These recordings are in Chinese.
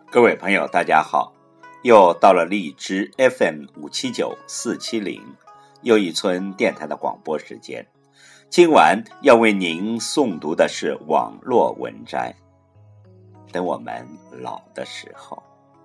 各位朋友大家好，又到了荔枝 FM579470 又一村电台的广播时间。今晚要为您诵读的是网络文摘。等我们老的时候，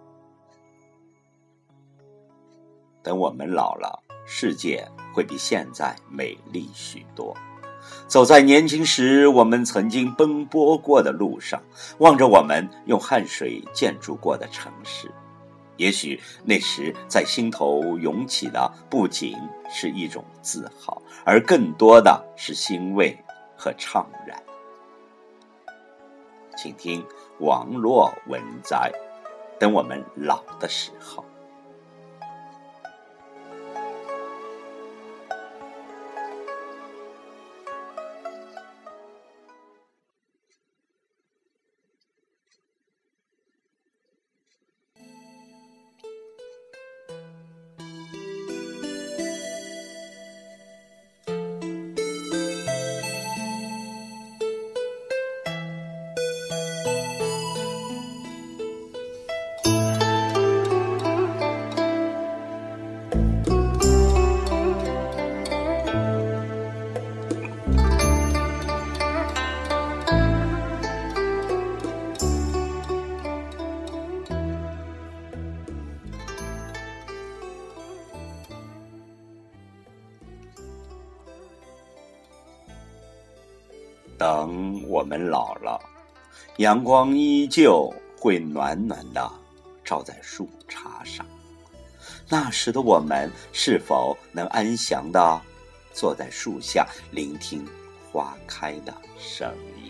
等我们老了，世界会比现在美丽许多。走在年轻时我们曾经奔波过的路上，望着我们用汗水建筑过的城市，也许那时在心头涌起的不仅是一种自豪，而更多的是欣慰和怅然。请听网络文摘，等我们老的时候。等我们老了，阳光依旧会暖暖地照在树杈上。那时的我们是否能安详地坐在树下，聆听花开的声音？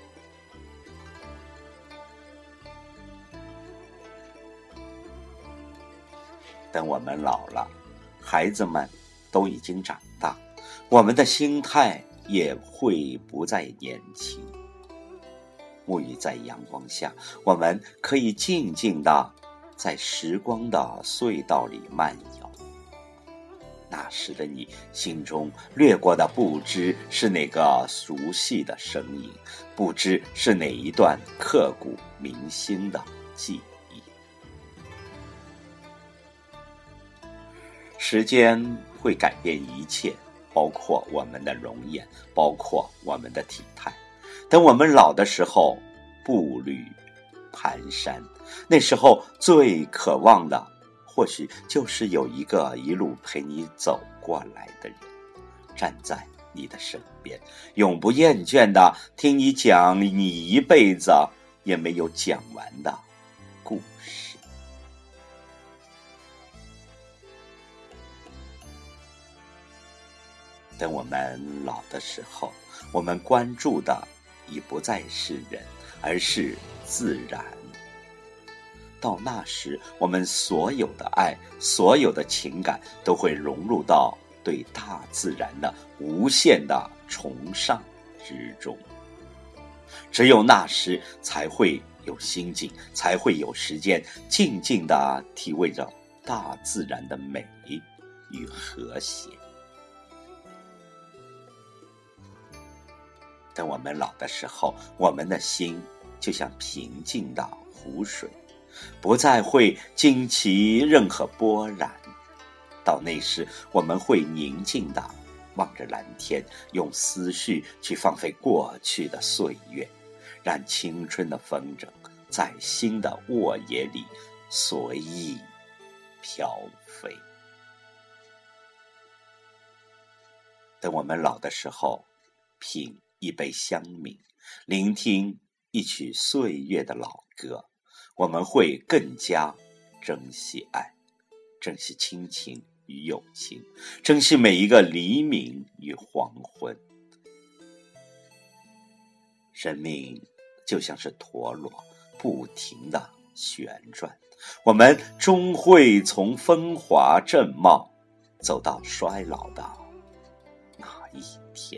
等我们老了，孩子们都已经长大，我们的心态也会不再年轻。沐浴在阳光下，我们可以静静地在时光的隧道里漫游。那时的你心中掠过的不知是哪个熟悉的声音，不知是哪一段刻骨铭心的记忆。时间会改变一切，包括我们的容颜，包括我们的体态。等我们老的时候，步履蹒跚，那时候最渴望的或许就是有一个一路陪你走过来的人，站在你的身边，永不厌倦地听你讲你一辈子也没有讲完的故事。等我们老的时候，我们关注的已不再是人，而是自然。到那时，我们所有的爱，所有的情感都会融入到对大自然的无限的崇尚之中。只有那时才会有心境，才会有时间静静地体味着大自然的美与和谐。等我们老的时候，我们的心就像平静的湖水，不再会惊起任何波澜。到那时，我们会宁静地望着蓝天，用思绪去放飞过去的岁月，让青春的风筝在新的沃野里随意飘飞。等我们老的时候，品一杯香茗，聆听一曲岁月的老歌，我们会更加珍惜爱，珍惜亲情与友情，珍惜每一个黎明与黄昏。生命就像是陀螺，不停地旋转，我们终会从风华正茂走到衰老的那一天。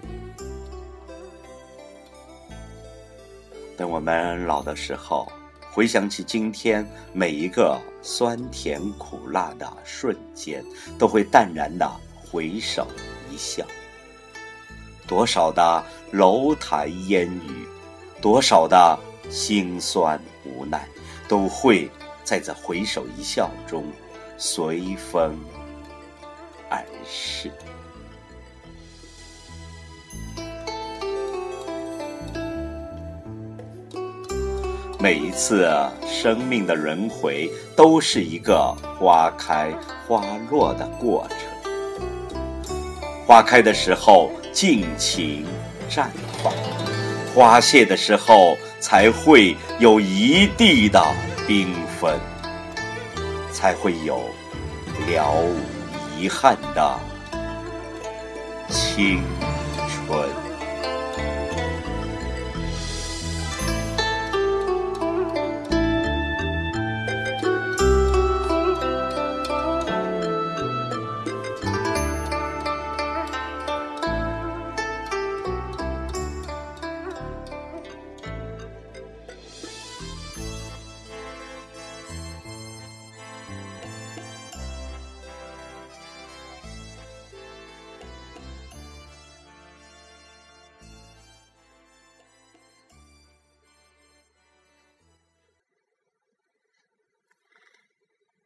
等我们老的时候， 回想起今天每一个酸甜苦辣的瞬间，都会淡然地回首一笑。多少的楼台烟雨，多少的辛酸无奈，都会在这回首一笑中随风而逝。每一次生命的轮回，都是一个花开花落的过程。花开的时候尽情绽放，花谢的时候才会有一地的缤纷，才会有了无遗憾的清